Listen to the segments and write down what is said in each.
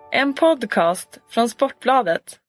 En podcast från Sportbladet.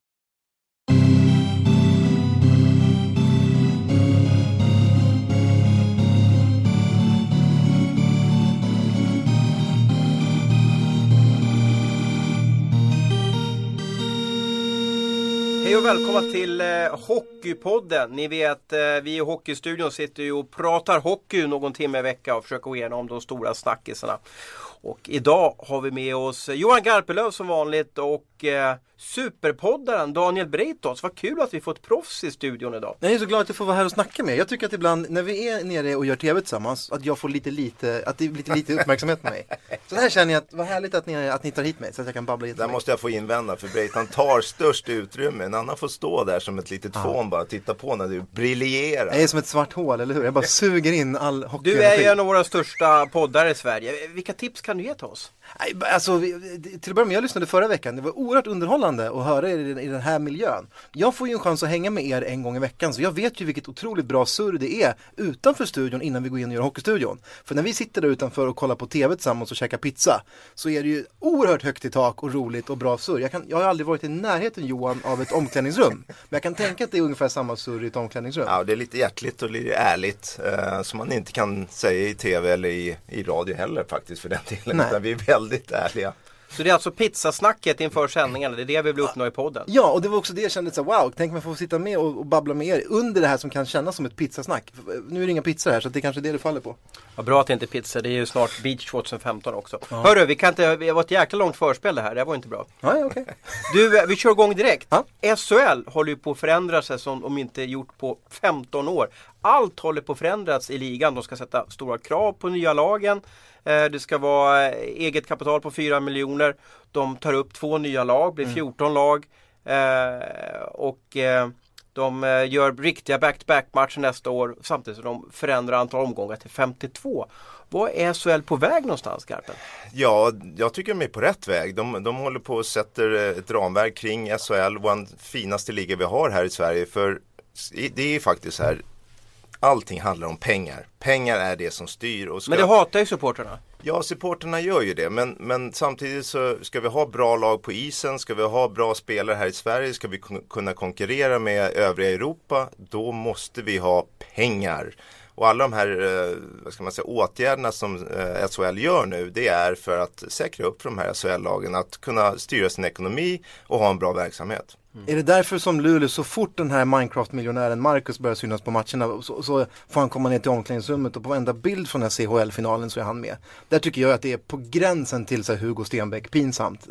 Hej och välkomna till Hockeypodden. Ni vet, vi i Hockeystudion sitter ju och pratar hockey någon timme i vecka och försöker gå igenom de stora snackisarna. Och idag har vi med oss Johan Garpenlöv som vanligt och superpoddaren Daniel Breitholtz. Vad kul att vi får ett proffs i studion idag. Jag är så glad att jag får vara här och snacka med. Jag tycker att ibland när vi är nere och gör tv tillsammans att jag får lite uppmärksamhet med mig. Så här känner jag att vad härligt att ni tar hit mig så att jag kan babbla lite. Där måste jag få invända för Breitholtz tar störst utrymme. En annan får stå där som ett litet fån bara titta på när du briljerar. Jag är som ett svart hål, eller hur? Jag bara suger in all hockey. Du är ju en av våra största poddare i Sverige. Vilka tips kan du ge till oss? Alltså, till att börja med, jag lyssnade förra veckan. Det var oerhört underhållande att höra er i den här miljön. Jag får ju en chans att hänga med er en gång i veckan, så jag vet ju vilket otroligt bra surr det är utanför studion innan vi går in och gör hockeystudion. För när vi sitter där utanför och kollar på tv tillsammans och käkar pizza så är det ju oerhört högt i tak och roligt och bra surr. Jag har aldrig varit i närheten, Johan, av ett omklädningsrum. Men jag kan tänka att det är ungefär samma surr i ett omklädningsrum. Ja, det är lite hjärtligt och lite ärligt som man inte kan säga i tv eller i radio heller faktiskt för den delen. Utan vi är väldigt ärliga. Så det är alltså pizzasnacket inför sändningarna, det är det vi vill uppnå i podden. Ja, och det var också det jag kände så wow, tänk man får sitta med och babbla med er under det här som kan kännas som ett pizzasnack. Nu är det inga pizzor här så det är kanske det faller på. Ja, bra att det inte är pizza, det är ju snart Beach 2015 också. Ja. Hörru, vi var ett jäkla långt förspel det här, det var inte bra. Ja, okej. Du, vi kör igång direkt. Ja? SHL håller ju på att förändra sig som de inte gjort på 15 år. Allt håller på att förändras i ligan, de ska sätta stora krav på nya lagen. Det ska vara eget kapital på 4 miljoner. De tar upp 2 nya lag, blir 14 lag. De gör riktiga back-to-back-matcher nästa år. Samtidigt som de förändrar antal omgångar till 52. Vad är SHL på väg någonstans, Garpen? Ja, jag tycker de är på rätt väg. De håller på och sätter ett ramverk kring SHL. Den finaste liga vi har här i Sverige. För det är faktiskt så här. Allting handlar om pengar. Pengar är det som styr. Men det hatar ju supporterna. Ja, supporterna gör ju det. Men samtidigt så ska vi ha bra lag på isen. Ska vi ha bra spelare här i Sverige. Ska vi kunna konkurrera med övriga Europa. Då måste vi ha pengar. Och alla de här åtgärderna som SHL gör nu. Det är för att säkra upp för de här SHL-lagen. Att kunna styra sin ekonomi och ha en bra verksamhet. Är det därför som Luleå, så fort den här Minecraft-miljonären Marcus börjar synas på matcherna så får han komma ner till omklädningsrummet och på varenda bild från den här CHL-finalen så är han med. Där tycker jag att det är på gränsen till så här Hugo Stenbeck pinsamt.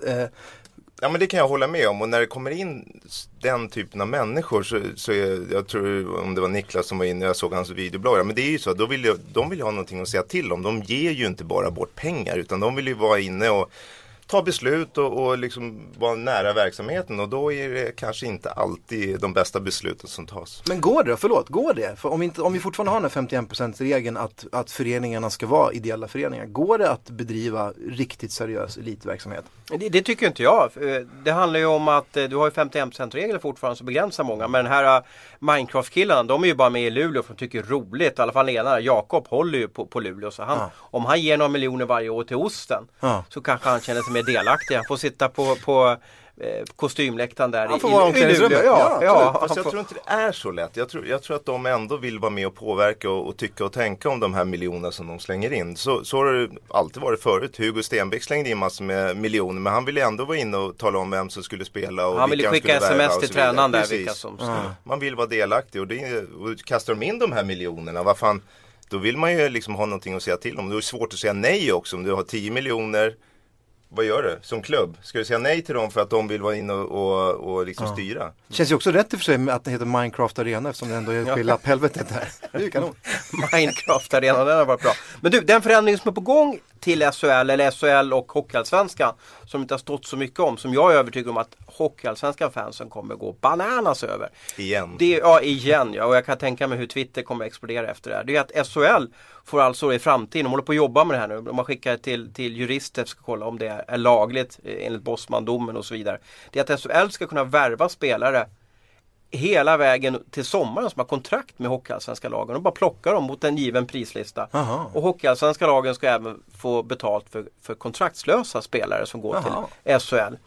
Ja, men det kan jag hålla med om. Och när det kommer in den typen av människor så är, jag tror om det var Niklas som var inne och jag såg hans videobloggar. Men det är ju så, de vill ha någonting att säga till om. De ger ju inte bara bort pengar utan de vill ju vara inne och ta beslut och liksom vara nära verksamheten och då är det kanske inte alltid de bästa besluten som tas. Men går det då? Går det? För om vi fortfarande har den här 51%-regeln att föreningarna ska vara ideella föreningar, går det att bedriva riktigt seriös elitverksamhet? Det tycker inte jag. Det handlar ju om att du har ju 51%-regler fortfarande som begränsar många. Men den här Minecraft-killarna, de är ju bara med i Luleå för de tycker det är roligt. I alla fall ena, Jakob håller ju på Luleå. Så om han ger några miljoner varje år till Osten så kanske han känner sig mer delaktig. Han får sitta på kostymläktaren där i Luleå. Ja, fast jag tror inte det är så lätt. Jag tror att de ändå vill vara med och påverka och tycka och tänka om de här miljonerna som de slänger in. Så har det alltid varit förut. Hugo Stenbeck slängde in massor med miljoner, men han ville ändå vara inne och tala om vem som skulle spela och han ville skicka sms till tränaren där vilka som man vill vara delaktig och kastar de in de här miljonerna, vad fan, då vill man ju liksom ha någonting att säga till om. Det är svårt att säga nej också om du har 10 miljoner. Vad gör du som klubb? Ska du säga nej till dem för att de vill vara inne och liksom styra? Det känns ju också rätt i och för sig att det heter Minecraft Arena eftersom det ändå är uppe i lapphelvetet här. Det är ju kanon. Minecraft Arena, den har varit bra. Men du, den förändring som är på gång till SHL eller SHL och Hockeyallsvenskan som inte har stått så mycket om, som jag är övertygad om att Hockeyallsvenskan fansen kommer gå bananas över. Igen. Igen. Och jag kan tänka mig hur Twitter kommer att explodera efter det här. Det är att SHL får alltså i framtiden, de håller på att jobba med det här nu. De har skickat till jurister ska kolla om det är lagligt enligt Bosman-domen och så vidare. Det är att SHL ska kunna värva spelare hela vägen till sommaren som har kontrakt med Hockeyallsvenska lagen och bara plocka dem mot en given prislista. Aha. Och Hockeyallsvenska lagen ska även få betalt för kontraktslösa spelare som går till SHL.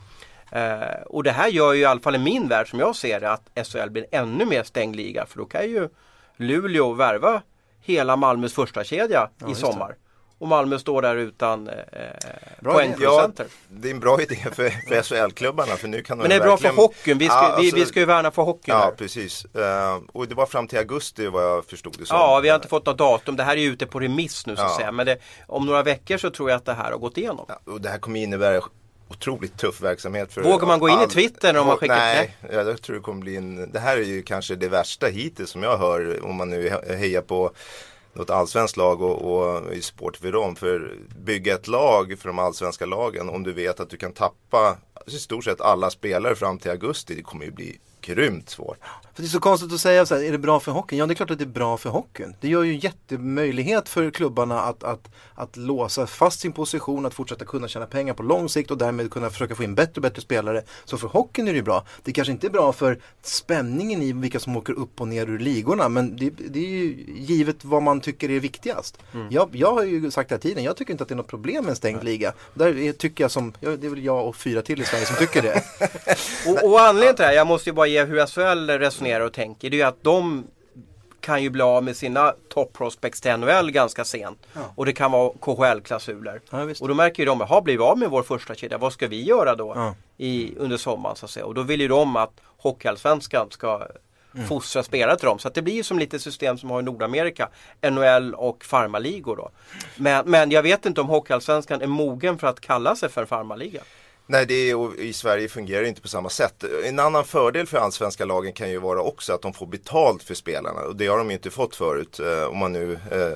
Och det här gör ju i alla fall i min värld som jag ser det att SHL blir ännu mer stängd liga. För då kan ju Luleå värva hela Malmös första kedja i sommar. Och Malmö står där utan poängprocenter. Ja, det är en bra idé för SHL-klubbarna. För nu kan men det är bra för hockeyn. Vi ska ju värna för hockeyn. Ja, precis. Och det var fram till augusti vad jag förstod det som. Ja, vi har inte fått något datum. Det här är ju ute på remiss nu så att säga. Men om några veckor så tror jag att det här har gått igenom. Ja, och det här kommer innebära otroligt tuff verksamhet. Vågar man gå in i Twitter om man skickar? Nej, jag tror det kommer bli det här är ju kanske det värsta hittills som jag hör om man nu hejar på något allsvenskt lag och i sport för dem. För bygga ett lag för de allsvenska lagen om du vet att du kan tappa i stort sett alla spelare fram till augusti, det kommer ju bli grymt svårt. För det är så konstigt att säga så här, är det bra för hockeyn? Ja, det är klart att det är bra för hockeyn. Det gör ju jättemöjlighet för klubbarna att låsa fast sin position, att fortsätta kunna tjäna pengar på lång sikt och därmed kunna försöka få in bättre och bättre spelare. Så för hockeyn är det ju bra. Det kanske inte är bra för spänningen i vilka som åker upp och ner ur ligorna, men det är ju givet vad man tycker är viktigast. Jag har ju sagt hela tiden, jag tycker inte att det är något problem med en stängd liga. Där tycker jag det är väl jag och 4 till i Sverige som tycker det. och anledningen till det här, jag måste ju bara ge hur SHL resonerar och tänker, det är ju att de kan ju bli av med sina top prospects till NHL ganska sent. Och det kan vara KHL-klausuler. Och då märker ju de, har blivit av med vår första kedja, vad ska vi göra då under sommaren så att säga. Och då vill ju de att Hockeyallsvenskan ska fostra spelare till dem. Så att det blir ju som lite system som har i Nordamerika, NHL och farmaligor då. Men jag vet inte om Hockeyallsvenskan är mogen för att kalla sig för en farmaliga. Nej, och i Sverige fungerar det inte på samma sätt. En annan fördel för allsvenska lagen kan ju vara också att de får betalt för spelarna. Och det har de ju inte fått förut om man nu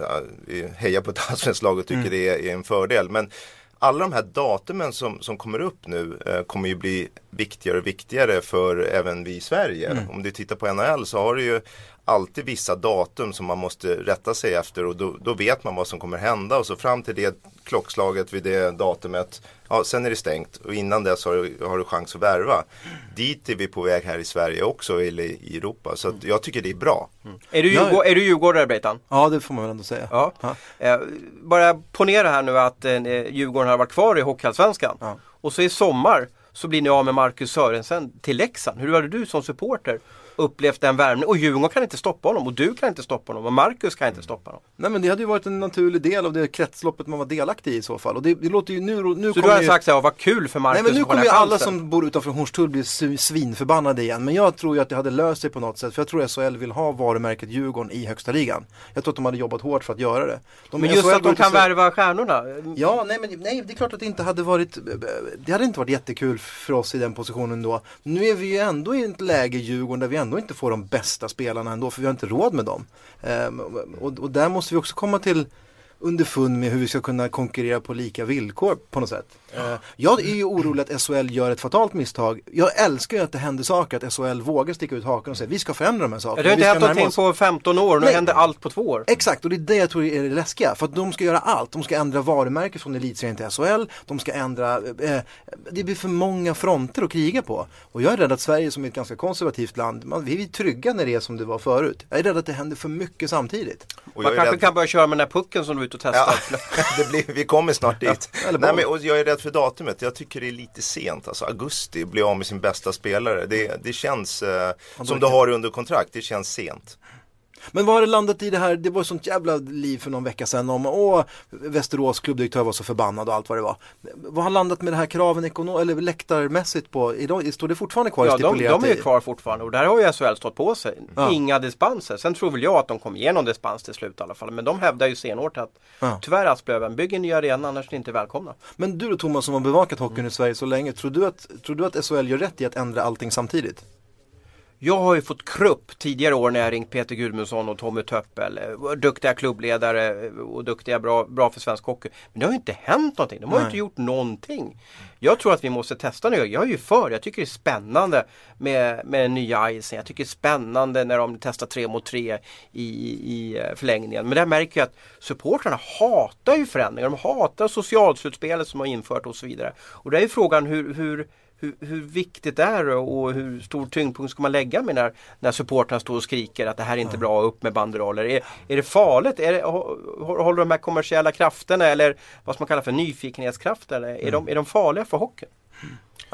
hejar på ett allsvenskt lag och tycker det är en fördel. Men alla de här datumen som kommer upp nu kommer ju bli viktigare och viktigare för även vi i Sverige. Om du tittar på NHL så har du ju alltid vissa datum som man måste rätta sig efter och då vet man vad som kommer hända och så fram till det klockslaget vid det datumet, sen är det stängt och innan dess har du chans att värva. Dit är vi på väg här i Sverige också eller i Europa, så att jag tycker det är bra. Är du Djurgårdare, Breitan? Ja, det får man väl ändå säga. Ja. Bara ponera här nu att Djurgården har varit kvar i Hockeyallsvenskan och så i sommar så blir ni av med Marcus Sörensen till Leksand. Hur hade du som supporter upplevt den värmen? Och Djurgården kan inte stoppa honom och du kan inte stoppa honom och Marcus kan inte stoppa honom. Nej, men det hade ju varit en naturlig del av det kretsloppet man var delaktig i så fall. Och det låter ju nu så du har sagt så här, vad kul för Marcus. Nej, men nu kommer ju alla som bor utanför Hornstull bli svinförbannade igen. Men jag tror ju att det hade löst sig på något sätt. För jag tror att SHL vill ha varumärket Djurgården i högsta ligan. Jag tror att de hade jobbat hårt för att göra det. Men just att de kan värva stjärnorna. Ja, nej, det är klart att det inte hade varit. Det hade inte varit jättekul för oss i den positionen då. Nu är vi ju ändå i ett läge i Djurgården där vi ändå inte får de bästa spelarna ändå, för vi har inte råd med dem. Och där måste vi också komma till underfund med hur vi ska kunna konkurrera på lika villkor på något sätt. Jag är ju orolig att SHL gör ett fatalt misstag. Jag älskar ju att det händer saker, att SHL vågar sticka ut hakan och säga vi ska förändra de här sakerna. Det har inte hänt någonting på 15 år, nu händer allt på 2 år. Exakt, och det är det jag tror är det läskiga. För att de ska göra allt. De ska ändra varumärket från elitserien till SHL. De ska ändra, det blir för många fronter att kriga på. Och jag är rädd att Sverige som är ett ganska konservativt land, vi är trygga när det är som det var förut. Jag är rädd att det händer för mycket samtidigt. Man kanske kan börja köra med den här pucken som du är ute och testar. Ja, vi kommer snart dit. Nej, men, och jag är rädd för datumet. Jag tycker det är lite sent. Alltså augusti, bli av med sin bästa spelare. Det känns som du har under kontrakt. Det känns sent. Men vad har det landat i det här? Det var ett sånt jävla liv för någon vecka sedan om Västerås klubbdirektör var så förbannad och allt vad det var. Vad har landat med det här kraven eller läktarmässigt på idag? Står det fortfarande kvar i stipulerat? De är ju kvar fortfarande och där har ju SHL stått på sig. Inga dispenser. Sen tror väl jag att de kommer igenom dispens till slut i alla fall. Men de hävdar ju senårt att tyvärr Asplöven bygger en ny arena, annars är det inte välkomna. Men du då Thomas som har bevakat hockeyn i Sverige så länge, tror du att SHL gör rätt i att ändra allting samtidigt? Jag har ju fått krupp tidigare år när jag ringt Peter Gudmundsson och Tommy Töppel, duktiga klubbledare och duktiga bra för svensk hockey. Men det har ju inte hänt någonting, de har ju inte gjort någonting. Jag tror att vi måste testa nu. Jag är ju jag tycker det är spännande med den nya isen. Jag tycker det är spännande när de testar 3 mot 3 i förlängningen. Men där märker jag att supporterna hatar ju förändringar. De hatar socialslutspelet som har infört och så vidare. Och det är ju frågan hur viktigt är det och hur stor tyngdpunkt ska man lägga med när supporterna står och skriker att det här är inte bra, upp med banderoller. Är det farligt? Håller de här kommersiella krafterna eller vad som man kallar för nyfikenhetskrafter? Är de farliga för hockeyn?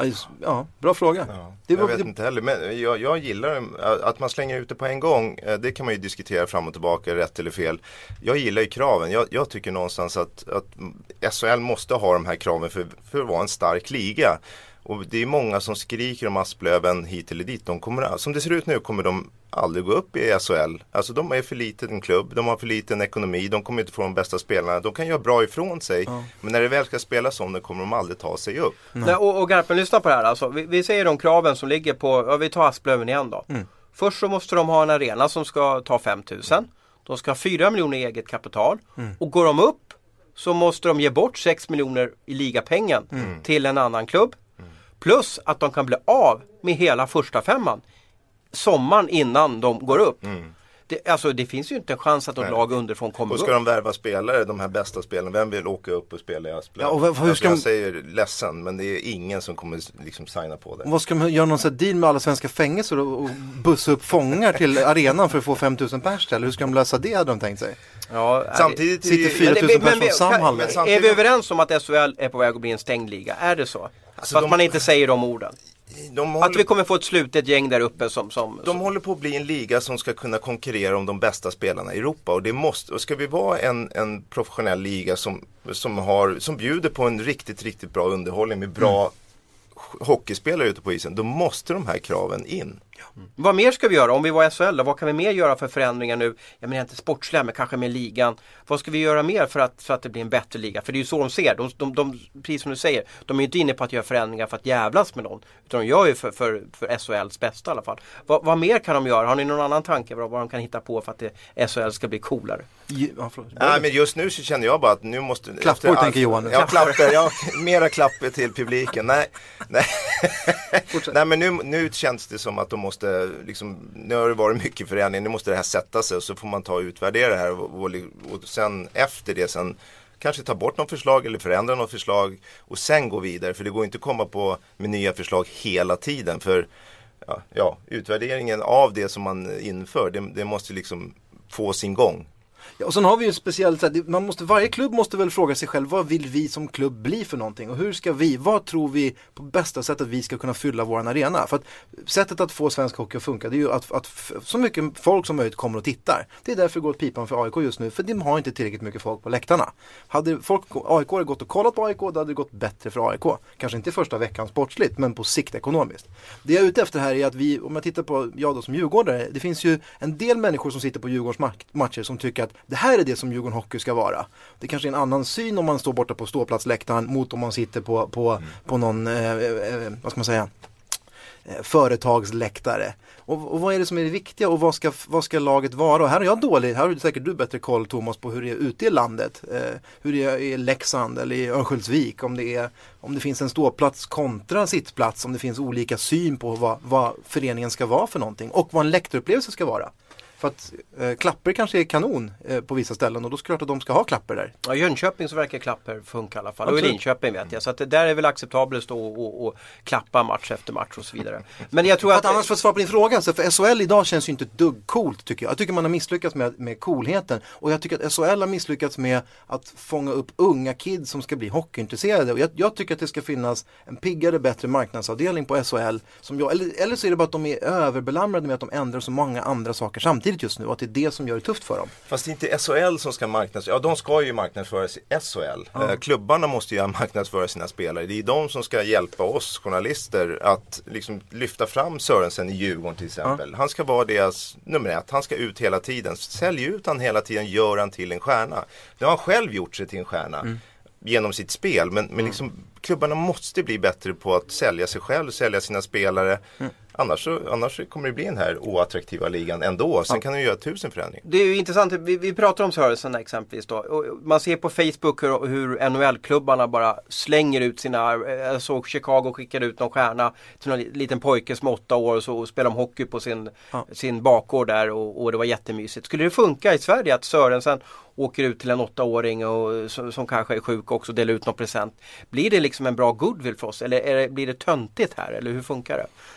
Ja, bra fråga. Ja, jag vet inte heller, men jag gillar att man slänger ut det på en gång. Det kan man ju diskutera fram och tillbaka, rätt eller fel. Jag gillar ju kraven. Jag tycker någonstans att SHL måste ha de här kraven för att vara en stark liga. Och det är många som skriker om Asplöven hit eller dit. Som det ser ut nu kommer de aldrig gå upp i SHL. Alltså de är för liten klubb, de har för liten ekonomi, de kommer inte få de bästa spelarna. De kan göra bra ifrån sig, men när det väl ska spelas om det kommer de aldrig ta sig upp. Nej, och Garpen, lyssna på det här. Alltså, vi säger de kraven som ligger på, vi tar Asplöven igen då. Först så måste de ha en arena som ska ta 5 000. De ska ha 4 miljoner i eget kapital. Och går de upp så måste de ge bort 6 miljoner i ligapengen till en annan klubb. Plus att de kan bli av med hela första femman sommaren innan de går upp. Det finns ju inte en chans att något lag underifrån kommer upp. Och ska de värva spelare, de här bästa spelarna, vem vill åka upp och spela i Asplöven? Ja, hur ska jag säger ledsen, men det är ingen som kommer liksom signa på det. Vad ska man göra, någon sån deal med alla svenska fängelser och bussa upp fångar till arenan för att få 5 000 pers? Eller hur ska de lösa det, hade de tänkt sig? Ja, samtidigt sitter 4 000 pers från Samhall. Är vi överens om att SHL är på väg att bli en stängd liga? Är det så? Alltså att man inte säger de orden. Att vi kommer få ett slutet gäng där uppe som... håller på att bli en liga som ska kunna konkurrera om de bästa spelarna i Europa. Och ska vi vara en professionell liga som bjuder på en riktigt bra underhållning med bra hockeyspelare ute på isen, då måste de här kraven in. Vad mer ska vi göra om vi var SHL då? Vad kan vi mer göra för förändringar nu? Jag menar inte sportsliga, men kanske med ligan. Vad ska vi göra mer för att det blir en bättre liga? För det är ju så de ser. De precis som du säger, de är ju inte inne på att göra förändringar för att jävlas med någon. Utan de gör ju för SHLs bästa i alla fall. Vad mer kan de göra? Har ni någon annan tanke vad de kan hitta på för att SHL ska bli coolare? Nej, men just nu så känner jag bara att nu måste... Klappor tänker Johan. Ja, mera klappor till publiken. Nej. Nej, men nu känns det som att de måste liksom, nu har det varit mycket förändring, nu måste det här sätta sig och så får man ta och utvärdera det här och sen efter det kanske ta bort något förslag eller förändra något förslag och sen gå vidare, för det går inte att komma med nya förslag hela tiden, för utvärderingen av det som man inför, det måste liksom få sin gång. Ja, och sen har vi ju speciellt, varje klubb måste väl fråga sig själv, vad vill vi som klubb bli för någonting? Och hur ska vad tror vi på bästa sätt att vi ska kunna fylla våran arena? För att sättet att få svensk hockey att funka, det är ju att så mycket folk som möjligt kommer och tittar. Det är därför det går åt pipan för AIK just nu, för de har inte tillräckligt mycket folk på läktarna. Hade AIK gått och kollat på AIK, då hade det gått bättre för AIK. Kanske inte första veckan sportsligt, men på sikt ekonomiskt. Det jag är ute efter här är att om jag tittar på jag då som djurgårdare, det finns ju en del människor som sitter på Djurgårdens matcher som tycker att det här är det som Djurgården Hockey ska vara. Det är kanske är en annan syn om man står borta på ståplatsläktaren mot om man sitter på någon, vad ska man säga, företagsläktare. Och vad är det som är det viktiga och vad ska laget vara? Och här är jag dålig, här har säkert du bättre koll, Thomas, på hur det är ute i landet. Hur det är i Leksand eller i Örnsköldsvik, om det finns en ståplats kontra sittplats, om det finns olika syn på vad föreningen ska vara för någonting och vad en läktarupplevelse ska vara. För att klapper kanske är kanon på vissa ställen och då är det klart att de ska ha klapper där. Ja, i Jönköping så verkar klapper funka i alla fall. Absolut. Och i Linköping vet jag. Så att det där är väl acceptabelt att stå och klappa match efter match och så vidare. Men jag tror att annars för att svara på din fråga, så för SHL idag känns ju inte ett dugg coolt tycker jag. Jag tycker man har misslyckats med coolheten. Och jag tycker att SHL har misslyckats med att fånga upp unga kids som ska bli hockeyintresserade. Och jag tycker att det ska finnas en piggare, bättre marknadsavdelning på SHL. Eller så är det bara att de är överbelamrade med att de ändrar så många andra saker samtidigt just nu och att det är det som gör det tufft för dem. Fast det är inte SHL som ska marknadsföra. Ja, de ska ju marknadsföra sig i SHL. Klubbarna måste ju marknadsföra sina spelare. Det är de som ska hjälpa oss journalister att liksom lyfta fram Sörensen i Djurgården till exempel. Han ska vara deras nummer 1. Han ska ut hela tiden. Sälj ut han hela tiden, gör han till en stjärna. Det har han själv gjort sig till en stjärna genom sitt spel. Men liksom, klubbarna måste bli bättre på att sälja sig själv, sälja sina spelare. Annars kommer det bli den här oattraktiva ligan ändå. Sen kan du göra 1000 förändringar. Det är ju intressant. Vi pratar om Sörensen exempelvis då. Och man ser på Facebook hur NHL-klubbarna bara slänger ut sina... Jag såg Chicago skickade ut någon stjärna till någon liten pojke som 8 år och så spelar de hockey på sin bakgård där och det var jättemysigt. Skulle det funka i Sverige att Sörensen åker ut till en 8-åring och som kanske är sjuk också och delar ut någon present? Blir det liksom en bra goodwill för oss? Eller blir det töntigt här? Eller hur funkar det?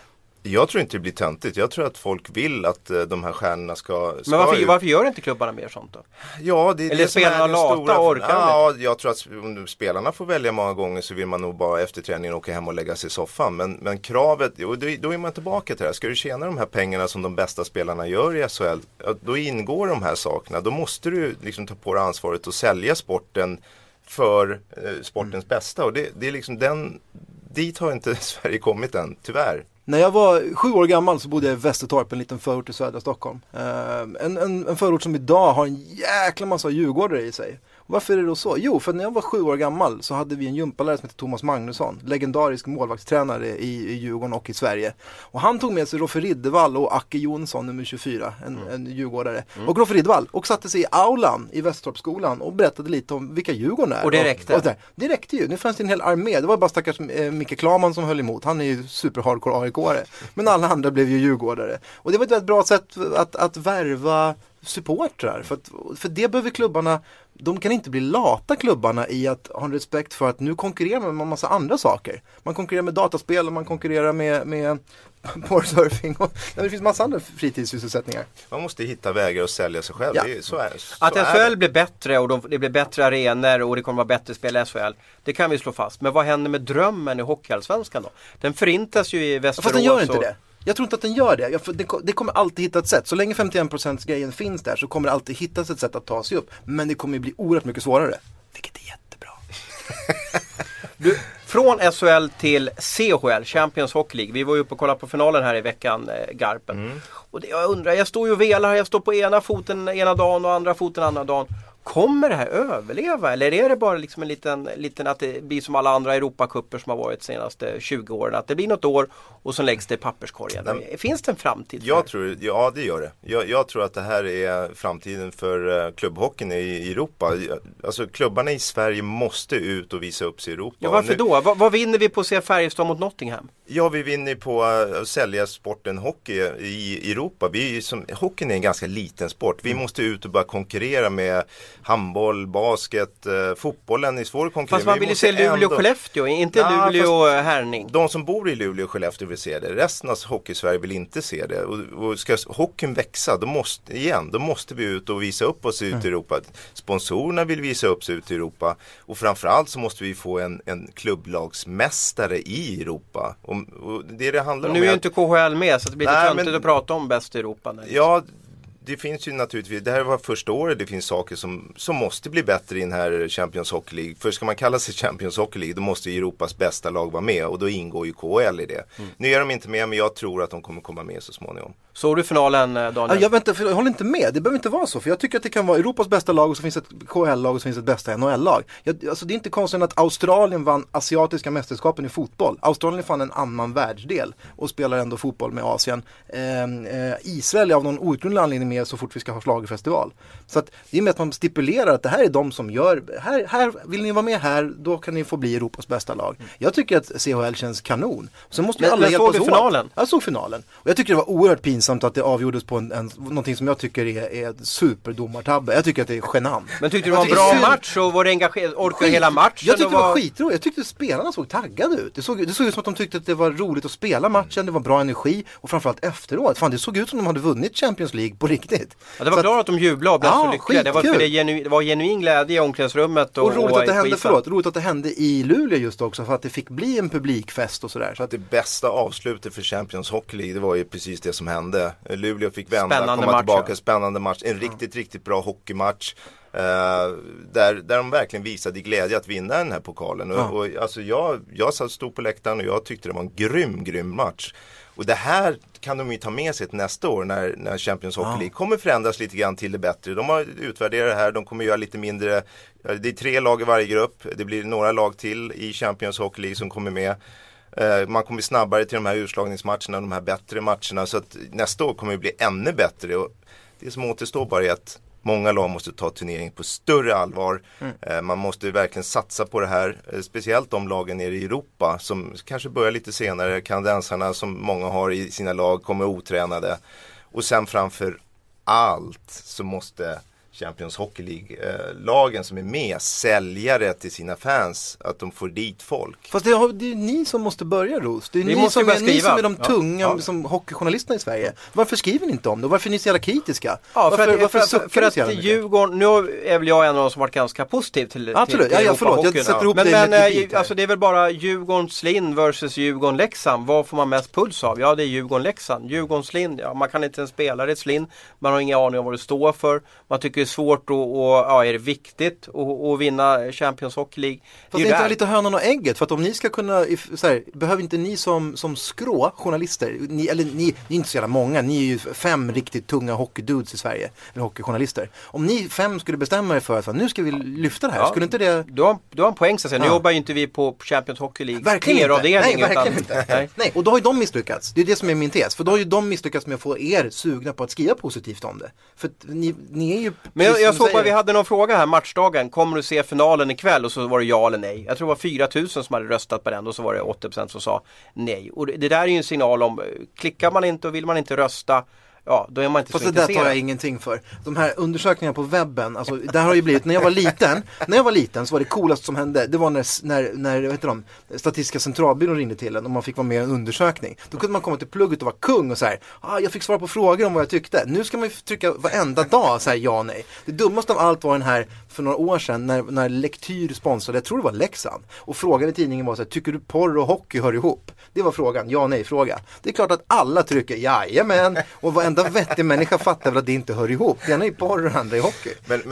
Jag tror inte det blir töntigt. Jag tror att folk vill att de här stjärnorna ska Men varför gör inte klubbarna mer sånt då? Ja, det är eller det spelarna lata och orkar ja, jag tror att om spelarna får välja många gånger så vill man nog bara efter träningen åka hem och lägga sig i soffan. Men kravet, då är man tillbaka till det här. Ska du tjäna de här pengarna som de bästa spelarna gör i SHL, då ingår de här sakerna. Då måste du liksom ta på dig ansvaret och sälja sporten för sportens bästa. Och det är liksom dit har inte Sverige kommit än, tyvärr. När jag var 7 år gammal så bodde jag i Västertorp, en liten förort i södra Stockholm. En förort som idag har en jäkla massa djurgårdare i sig. Och varför är det då så? Jo, för när jag var 7 år gammal så hade vi en gympalärare som heter Thomas Magnusson, legendarisk målvaktstränare i Djurgården och i Sverige. Och han tog med sig Roffe Riddervall och Acke Jonsson, nummer 24, en djurgårdare. Och Roffe Riddervall och satte sig i aulan i Västertorpsskolan och berättade lite om vilka Djurgården är. Och det räckte? Det räckte ju. Nu fanns det en hel armé. Det var bara stackars Micke Klaman som höll emot. Han är ju super-hardcore AIK-are. Men alla andra blev ju djurgårdare. Och det var ett väldigt bra sätt att värva supportrar. För det behöver klubbarna, de kan inte bli lata klubbarna i att ha en respekt för att nu konkurrerar man med en massa andra saker. Man konkurrerar med dataspel och man konkurrerar med porrsurfing och det finns massa andra fritidssysselsättningar. Man måste hitta vägar att sälja sig själv. Ja. Så att SHL blir bättre och det blir bättre arenor och det kommer vara bättre spel i SHL. Det kan vi slå fast. Men vad händer med drömmen i Hockeyallsvenskan då? Den förintas ju i Västerås. Fast den gör inte det. Jag tror inte att den gör det. Det kommer alltid hitta ett sätt. Så länge 51% grejen finns där så kommer det alltid hittas ett sätt att ta sig upp. Men det kommer bli oerhört mycket svårare. Vilket är jättebra. Från SHL till CHL, Champions Hockey League. Vi var ju uppe och kollade på finalen här i veckan, Garpen. Och jag undrar, jag står ju och velar, jag står på ena foten ena dagen och andra foten andra dagen. Kommer det här överleva? Eller är det bara liksom en liten att det blir som alla andra Europakupper som har varit de senaste 20 åren? Att det blir något år och så läggs det i papperskorgen. Finns det en framtid? Ja, det gör det. Jag tror att det här är framtiden för klubbhockeyn i Europa. Alltså klubbarna i Sverige måste ut och visa upp sig i Europa. Ja, varför då? Vad vinner vi på att se Färjestad mot Nottingham? Ja, vi vinner på att sälja sporten hockey i Europa. Hockeyn är en ganska liten sport. Vi måste ut och börja konkurrera med handboll, basket, fotbollen är svår att konkurrera. Fast man vill ju se Luleå och Skellefteå, inte Luleå och Härning. De som bor i Luleå och Skellefteå vill se det. Resten av Hockey-Sverige vill inte se det. Och ska hockeyn växa, då måste vi ut och visa upp oss ut i Europa. Sponsorerna vill visa upp sig ut i Europa. Och framförallt så måste vi få en klubblagsmästare i Europa. Och det handlar om. Nu är ju inte KHL med så det blir lite töntigt att prata om bäst i Europa. Ja, det finns ju naturligtvis, det här var första året, det finns saker som måste bli bättre i den här Champions Hockey League. För ska man kalla sig Champions Hockey League, då måste Europas bästa lag vara med och då ingår ju KHL i det. Nu är de inte med, men jag tror att de kommer komma med så småningom. Såg du finalen, Daniel? Jag håller inte med, det behöver inte vara så. För jag tycker att det kan vara Europas bästa lag och så finns ett KHL-lag och så finns ett bästa NHL-lag. Alltså det är inte konstigt att Australien vann asiatiska mästerskapen i fotboll. Australien fann en annan världsdel och spelar ändå fotboll med Asien. Israel är av någon outgrundlig anledning med så fort vi ska ha schlagerfestival. Så att det är med att man stipulerar att det här är de som gör, här vill ni vara med här, då kan ni få bli Europas bästa lag. Jag tycker att CHL känns kanon. Så måste alla hjälpas åt. Såg du finalen? Jag såg finalen. Och jag tycker det var oerhört pinsamt att det avgjordes på någonting som jag tycker är superdomartabbe. Jag tycker att det är genant. Men tyckte du det var en bra match och var det engagerad, orkade hela matchen? Jag tyckte det var skitroligt. Jag tyckte spelarna såg taggade ut. Det såg ut som att de tyckte att det var roligt att spela matchen, det var bra energi och framförallt efteråt. Fan, det såg ut som att de hade vunnit Champions League på riktigt. Ja, det var klart att de jublade och blev så lyckliga. Det var genuin glädje i omklädningsrummet och roligt att det hände i Luleå just också för att det fick bli en publikfest och sådär. Så att det bästa avslutet för Champions Hockey League, det var ju precis det som hände. Luleå fick vända, komma tillbaka, spännande match, en riktigt bra hockeymatch. Där de verkligen visade glädje att vinna den här pokalen. Och alltså jag stod på läktaren och jag tyckte det var en grym match. Och det här kan de ju ta med sig till nästa år när Champions Hockey League kommer förändras lite grann till det bättre. De har utvärderat det här, de kommer göra lite mindre, det är 3 lag i varje grupp, det blir några lag till i Champions Hockey League som kommer med. Man kommer snabbare till de här utslagningsmatcherna, de här bättre matcherna, så att nästa år kommer det bli ännu bättre. Och det som återstår bara är att många lag måste ta turneringen på större allvar. Man måste verkligen satsa på det här. Speciellt de lagen nere i Europa som kanske börjar lite senare. Kanadensarna som många har i sina lag kommer otränade. Och sen framför allt så måste Champions Hockey League-lagen som är med, säljare till sina fans, att de får dit folk. Fast det är ju ni som måste börja, Ros. Det är ni som är de tunga som hockeyjournalisterna i Sverige. Varför skriver ni inte om det? Varför är ni så jävla kritiska? Ja, för att Djurgården, nu är väl jag en av de som varit ganska positiv till absolut, till förlåt, jag sätter ihop men alltså det är väl bara Djurgården-Slind versus Djurgården-Leksand. Vad får man mest puls av? Ja, det är Djurgården-Leksand. Djurgården-Slind, ja, man kan inte ens spela ett Slind. Man har ingen aning om vad det står för. Man tycker det är svårt är det viktigt att vinna Champions Hockey League? Fast det är inte lite hönan och ägget, för att om ni ska kunna behöver inte ni som skrå journalister, ni är inte så jävla många, ni är ju 5 riktigt tunga hockeydudes i Sverige, eller hockeyjournalister. Om ni 5 skulle bestämma er för att nu ska vi lyfta det här, skulle inte det... Du har en poäng så att säga. Nu jobbar ju inte vi på Champions Hockey League. Verkligen inte. Nej, och då har ju de misslyckats. Det är det som är min tes. För då har ju de misslyckats med att få er sugna på att skriva positivt om det. För ni är ju... Men jag såg att vi hade någon fråga här, matchdagen. Kommer du se finalen ikväll? Och så var det ja eller nej. Jag tror det var 4000 som hade röstat på den. Och så var det 80% som sa nej. Och det där är ju en signal om, klickar man inte och vill man inte rösta, ja, då är man inte så intresserad. Fast det där tar jag ingenting för. De här undersökningarna på webben, alltså där har ju blivit, när jag var liten så var det coolast som hände, det var när vad heter de, Statistiska centralbyrån ringde till en och man fick vara med i en undersökning. Då kunde man komma till plugget och vara kung och så här, jag fick svara på frågor om vad jag tyckte. Nu ska man ju trycka varenda dag så här, ja, nej. Det dummaste av allt var den här för några år sedan när Lektyr sponsrade, jag tror det var Leksand, och frågan i tidningen var så här, tycker du porr och hockey hör ihop? Det var frågan, ja, nej fråga. Det är klart att alla trycker, jajamän, och varenda vettig människa fattar väl att det inte hör ihop. Det ena är porr och det andra är hockey.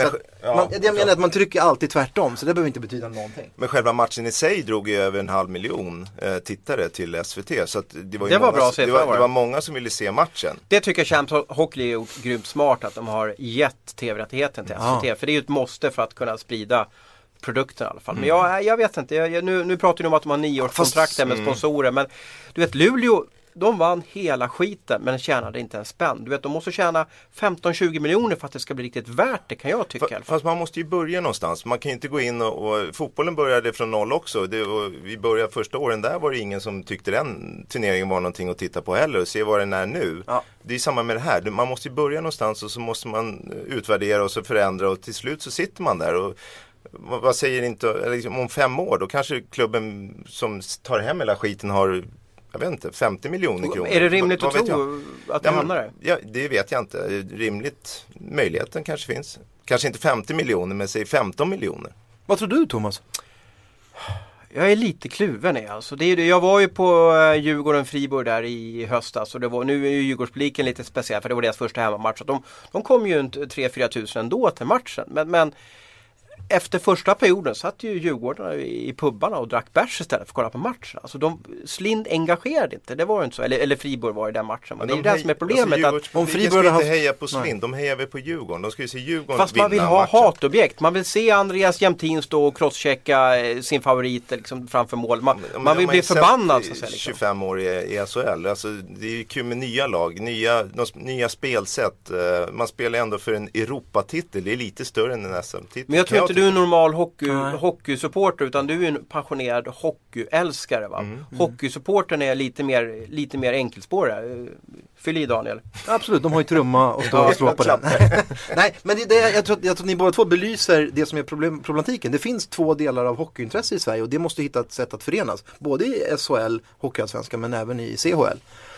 Jag menar att man trycker alltid tvärtom, så det behöver inte betyda någonting. Men själva matchen i sig drog ju över 500 000 tittare till SVT, så att det var många som ville se matchen. Det tycker Champions Hockey är grymt smart att de har gett tv-rättigheten till SVT, för det är ju ett måste för att kunna sprida produkten i alla fall. Men jag vet inte, nu pratar du om att de har 9-årskontrakt med sponsorer, men du vet, Luleå, de vann hela skiten men tjänade inte en spänn. Du vet, de måste tjäna 15-20 miljoner för att det ska bli riktigt värt det, kan jag tycka. Fast man måste ju börja någonstans. Man kan ju inte gå in och fotbollen började från 0 också. Och vi började första åren, där var det ingen som tyckte den turneringen var någonting att titta på heller och se vad den är nu. Ja. Det är samma med det här. Man måste ju börja någonstans och så måste man utvärdera och så förändra och till slut så sitter man där och vad säger inte, liksom, om 5 år då kanske klubben som tar hem hela skiten har, jag vet inte, 50 miljoner kronor. Är det rimligt att tro att det hamnar där? Ja, det vet jag inte. Rimligt, möjligheten kanske finns. Kanske inte 50 miljoner, men säg 15 miljoner. Vad tror du, Thomas? Jag är lite kluven alltså. Jag var ju på Djurgården-Fribourg där i höstas, och nu är ju Djurgårdspubliken lite speciell för det var deras första hemmamatch. De kom ju inte 3-4 tusen ändå till matchen, men efter första perioden satt ju Djurgården i pubbarna och drack bärs istället för att kolla på matchen. Alltså Slind engagerade inte, det var inte så. Eller Fribourg var i den matchen. Men det är ju det som är problemet. Alltså, om Fribourg inte hejar på Slind, de hejar väl på Djurgården. De ska ju se Djurgården. Fast man vill ha matchen. Hatobjekt. Man vill se Andreas Jämtin stå och crosschecka sin favorit liksom, framför mål. Man vill bli förbannad. Så att säga, liksom. 25 år i SHL. Alltså, det är ju kul med nya lag, nya spelsätt. Man spelar ändå för en Europatitel. Det är lite större än en SM-titel. Men jag tror inte du är en normal hockeysupporter, utan du är en passionerad hockeyälskare, va? Hockeysupporten är lite mer enkelspårig. Fyll i, Daniel. Absolut, de har ju trumma och stå och slå på den. Nej, men jag tror att ni båda två belyser det som är problematiken. Det finns 2 delar av hockeyintresse i Sverige och det måste hitta ett sätt att förenas. Både i SHL, hockeyallsvenskan, men även i CHL.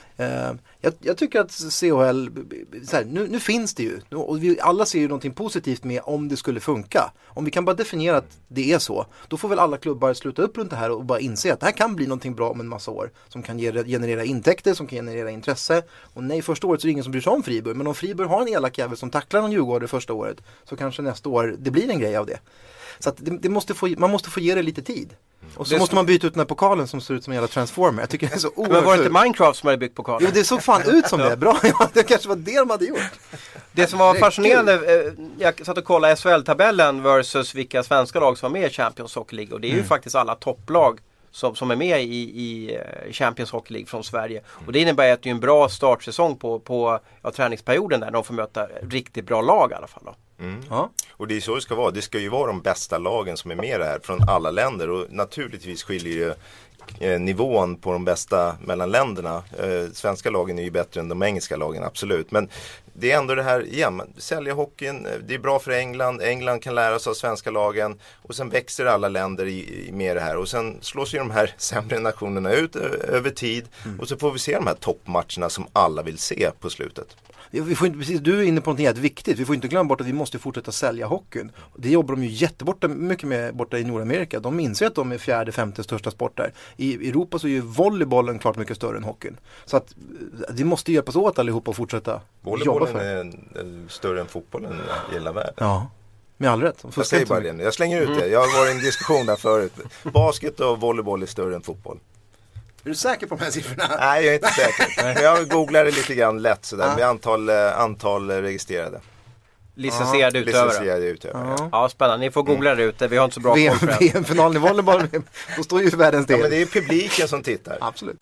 Jag tycker att CHL så här, nu finns det ju och vi alla ser ju någonting positivt med om det skulle funka. Om vi kan bara definiera att det är så, då får väl alla klubbar sluta upp runt det här och bara inse att det här kan bli någonting bra om en massa år, som kan generera intäkter, som kan generera intresse. Och nej, första året så är det ingen som bryr sig om Fribourg, men om Fribourg har en elak jävel som tacklar någon Djurgården första året, så kanske nästa år det blir en grej av det. Så att man måste få ge det lite tid. Och så måste man byta ut den här pokalen som ser ut som en jävla transformer. Jag tycker det är så oerhört. Men var det inte Minecraft som hade byggt pokalen? Jo, det såg fan ut som det. Bra, det kanske var det de hade gjort. Det som var fascinerande, jag satt och kollade SHL-tabellen versus vilka svenska lag som var med i Champions Hockey League. Och det är ju faktiskt alla topplag som är med i Champions Hockey League från Sverige. Och det innebär att det är en bra startsäsong på träningsperioden där de får möta riktigt bra lag i alla fall då. Ja. Och det är så det ska vara. Det ska ju vara de bästa lagen som är med här från alla länder. Och naturligtvis skiljer ju nivån på de bästa mellan länderna. Svenska lagen är ju bättre än de engelska lagen, absolut. Men det är ändå det här igen, sälja hockeyn, det är bra för England kan lära sig av svenska lagen och sen växer alla länder med det här och sen slås ju de här sämre nationerna ut över tid och så får vi se de här toppmatcherna som alla vill se på slutet. Vi får inte, precis, du är inne på något jätteviktigt. Vi får inte glömma bort att vi måste fortsätta sälja hockeyn. Det jobbar de ju mycket med borta i Nordamerika. De inser att de är 4:e, 5:e största sport där. I Europa så är ju volleybollen klart mycket större än hockeyn. Så att vi måste hjälpas åt allihopa och fortsätta jobba för. Volleybollen är större än fotbollen i hela världen. Ja, med all rätt. Jag säger bara det. Jag slänger ut det. Jag har varit i en diskussion där förut. Basket och volleyboll är större än fotboll. Är du säker på de här siffrorna? Nej, jag är inte säker. Jag googlade lite grann lätt sådär med antal registrerade. Licensierade utövare. Ja, spännande. Ni får googla det ute. Vi har inte så bra koll på det. VM-finalen i volleyboll, då står ju världens del. Ja, men det är publiken som tittar. Absolut.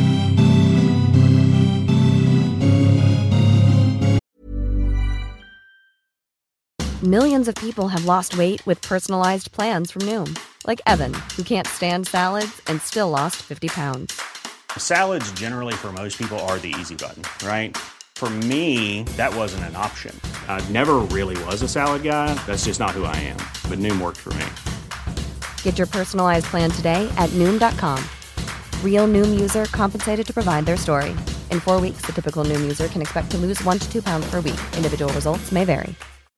Millions of people have lost weight with personalized plans from Noom. Like Evan, who can't stand salads and still lost 50 pounds. Salads generally for most people are the easy button, right? For me, that wasn't an option. I never really was a salad guy. That's just not who I am. But Noom worked for me. Get your personalized plan today at Noom.com. Real Noom user compensated to provide their story. In 4 weeks, the typical Noom user can expect to lose 1 to 2 pounds per week. Individual results may vary.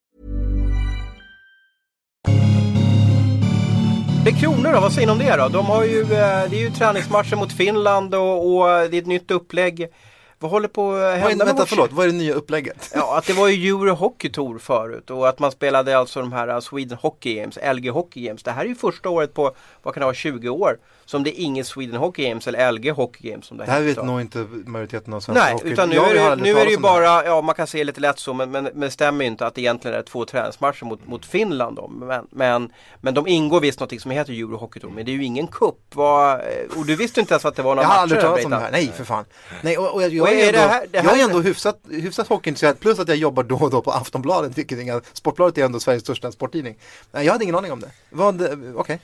Det är Kronor då, vad säger ni om det då? De har ju, det är ju träningsmatcher mot Finland och det är ett nytt upplägg. Vad håller på att hända? Vad är det nya upplägget? Ja, att det var ju Euro Hockey Tour förut och att man spelade alltså de här Sweden Hockey Games, LG Hockey Games. Det här är ju första året på, vad kan det vara, 20 år som det är inget Sweden Hockey Games eller LG Hockey Games som det här heter. vet nog inte majoriteten av svenska hockey. Nej, utan nu är det ju bara, ja man kan se lite lätt så, men det stämmer ju inte att det egentligen är 2 träningsmatcher mot Finland då. Men de ingår visst något som heter Euro Hockey Tour, men det är ju ingen cup. Och du visste inte ens att det var några matcher. Jag har aldrig talat om det här, nej för fan. Nej, och jag är ändå hyfsat hockeyintresserad, plus att jag jobbar då och då på Aftonbladet, vilket Sportbladet är ändå Sveriges största sporttidning. Nej, jag hade ingen aning om det. Okej.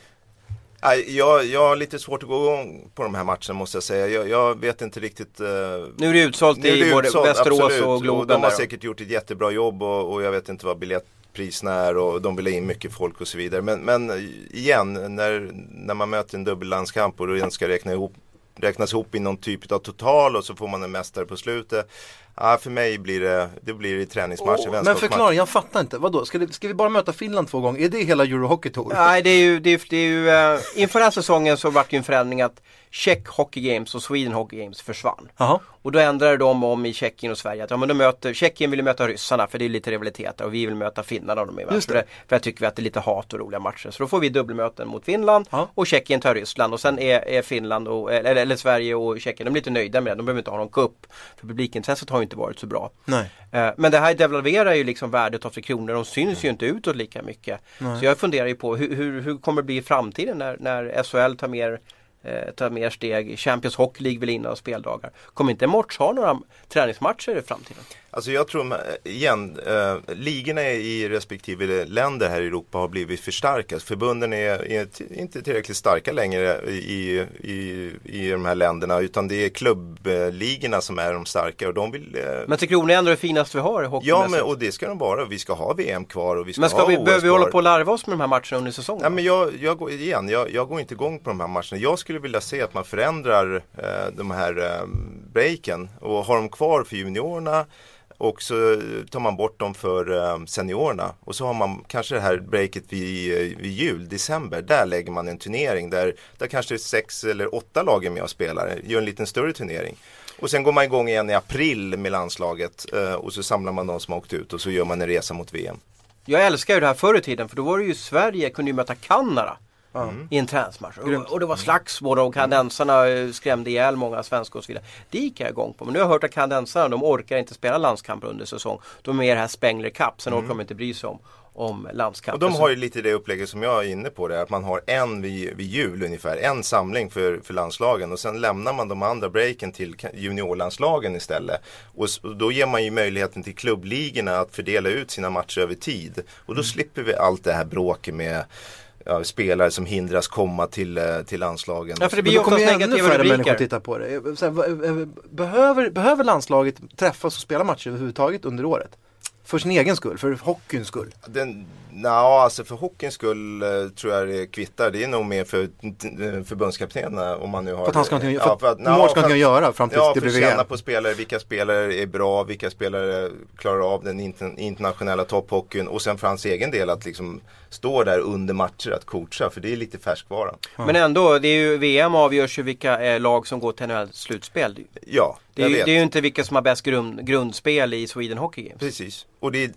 Jag har lite svårt att gå igång på de här matcherna måste jag säga. Jag vet inte riktigt. Nu är det utsålt i både Västerås absolut, och Globen. Och de har säkert gjort ett jättebra jobb och jag vet inte vad biljettpriserna är och de vill ha in mycket folk och så vidare. Men igen, när man möter en dubbellandskamp och den ska räknas ihop i någon typ av total och så får man en mästare på slutet. Ja, för mig blir det träningsmatcher. Men förklara, jag fattar inte. Vadå? Ska vi bara möta Finland 2 gånger? Är det hela Euro Hockey Tour? Nej, det är ju inför den här säsongen så var det ju en förändring att Czech Hockey Games och Sweden Hockey Games försvann. Aha. Och då ändrade de om i Tjeckien och Sverige att Tjeckien vill möta ryssarna för det är lite rivaliteter och vi vill möta finnarna de är med. För jag tycker att det är lite hat och roliga matcher. Så då får vi dubbelmöten mot Finland och Tjeckien tar Ryssland och sen är Finland eller Sverige och Tjeckien, de är lite nöjda med det. De behöver inte ha någon kupp för publikintresset har ju inte varit så bra. Nej. Men det här devalverar ju liksom värdet av 3 kronor. De syns ju inte utåt lika mycket. Nej. Så jag funderar ju på hur kommer det bli i framtiden när SHL tar mer steg. Champions Hockey League vill in och speldagar. Kommer inte Morts ha några träningsmatcher i framtiden? Alltså jag tror igen, ligorna i respektive länder här i Europa har blivit förstärkas. Förbunden är inte tillräckligt starka längre i de här länderna utan det är klubbligorna som är de starka och de vill... Men till Kronor är ändå det finaste vi har i hockey. Ja, och det ska de vara. Vi ska ha VM kvar och vi ska ha OS. Men behöver vi hålla på och larva oss med de här matcherna under säsongen? Nej, men jag går inte igång på de här matcherna. Jag skulle vilja se att man förändrar de här breaken och har dem kvar för juniorerna. Och så tar man bort dem för seniorerna. Och så har man kanske det här breaket vid jul, december. Där lägger man en turnering där kanske 6 eller 8 lag är med och spelar. Gör en liten större turnering. Och sen går man igång igen i april med landslaget. Och så samlar man de som har åkt ut och så gör man en resa mot VM. Jag älskar ju det här förr i tiden. För då var det ju Sverige kunde ju möta Kanada. I en träningsmatch. Och det var slagsmål och kanadensarna skrämde ihjäl många svenskar och så vidare. Det gick jag igång på. Men nu har jag hört att kanadensarna, de orkar inte spela landskamper under säsong. De är med i det här Spengler Cup. Sen orkar de inte bry sig om landskamper. Och de har ju lite det upplägget som jag är inne på det. Att man har en vid jul ungefär. En samling för landslagen. Och sen lämnar man de andra breaken till juniorlandslagen istället. Och då ger man ju möjligheten till klubbligorna att fördela ut sina matcher över tid. Och då slipper vi allt det här bråket med spelare som hindras komma till landslagen. Ja, för det Men blir då kommer ju oftast ännu negativa färre människor rubriker. titta på det. Så här, behöver landslaget träffas och spela matcher överhuvudtaget under året? För sin egen skull, för hockeyns skull? Alltså för hockeyns skull tror jag det kvittar. Det är nog mer för förbundskaptenerna om man nu har... För att han ska inte göra fram tills det blir VM. Ja, för att känna på spelare, vilka spelare är bra, vilka spelare klarar av den internationella topphockeyn och sen för hans egen del att liksom stå där under matcher att coacha, för det är lite färskvara. Men ändå, det är ju VM avgörs ju vilka lag som går till NHL-slutspel. Ja, det är ju inte vilka som har bäst grundspel i Sweden Hockey Games. Precis, och det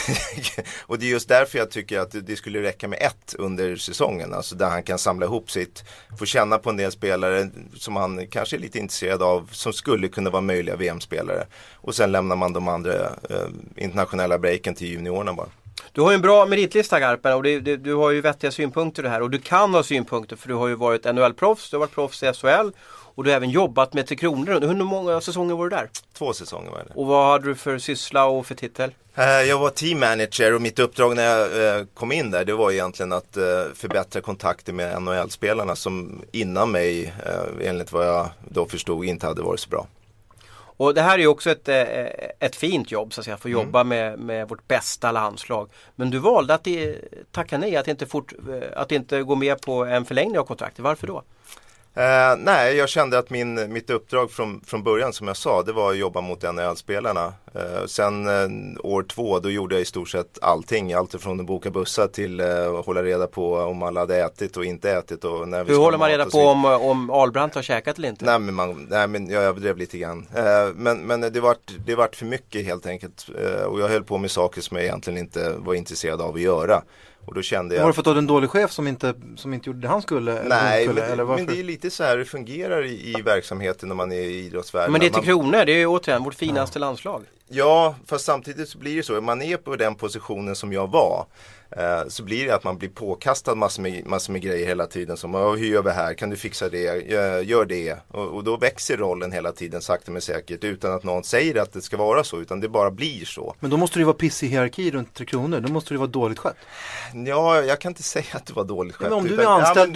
är just därför jag tycker att det skulle räcka med ett under säsongen, alltså där han kan samla ihop sitt, få känna på en del spelare som han kanske är lite intresserad av, som skulle kunna vara möjliga VM-spelare, och sen lämnar man de andra internationella breaken till juniorerna bara. Du har ju en bra meritlista, Garpen, och du har ju vettiga synpunkter det här, och du kan ha synpunkter för du har ju varit NHL-proffs, du har varit proffs i SHL och du har även jobbat med Tre Kronor. Hur många säsonger var du där? 2 säsonger var det. Och vad hade du för syssla och för titel? Jag var team manager och mitt uppdrag när jag kom in där, det var egentligen att förbättra kontakter med NHL-spelarna som innan mig, enligt vad jag då förstod, inte hade varit så bra. Och det här är ju också ett fint jobb, så att säga, få jobba med vårt bästa landslag. Men du valde att tacka nej, att inte gå med på en förlängning av kontraktet. Varför då? Nej, jag kände att mitt uppdrag från början, som jag sa, det var att jobba mot NHL-spelarna. Sen år 2, då gjorde jag i stort sett allting. Allt från att boka bussar till att hålla reda på om alla hade ätit och inte ätit. Och när vi hur håller man reda på om Ahlbrandt har käkat eller inte? Nej, men jag överdrev lite grann. Men det vart för mycket helt enkelt. Och jag höll på med saker som jag egentligen inte var intresserad av att göra. Och då kände jag... Har du fått en dålig chef som inte gjorde det han skulle? Nej, eller men det är lite så här det fungerar i verksamheten när man är i idrottsvärlden. Men det är Tre Kronor, det är ju återigen vårt finaste landslag. Ja, fast samtidigt så blir det så. Om man är på den positionen som jag var, så blir det att man blir påkastad massor med grejer hela tiden. Som, hur gör vi här? Kan du fixa det? Gör det. Och då växer rollen hela tiden sakta men säkert, utan att någon säger att det ska vara så, utan det bara blir så. Men då måste det ju vara pissig hierarki runt Tre Kronor. Då måste det vara dåligt skött. Ja, jag kan inte säga att det var dåligt skött. Men om du är anställd,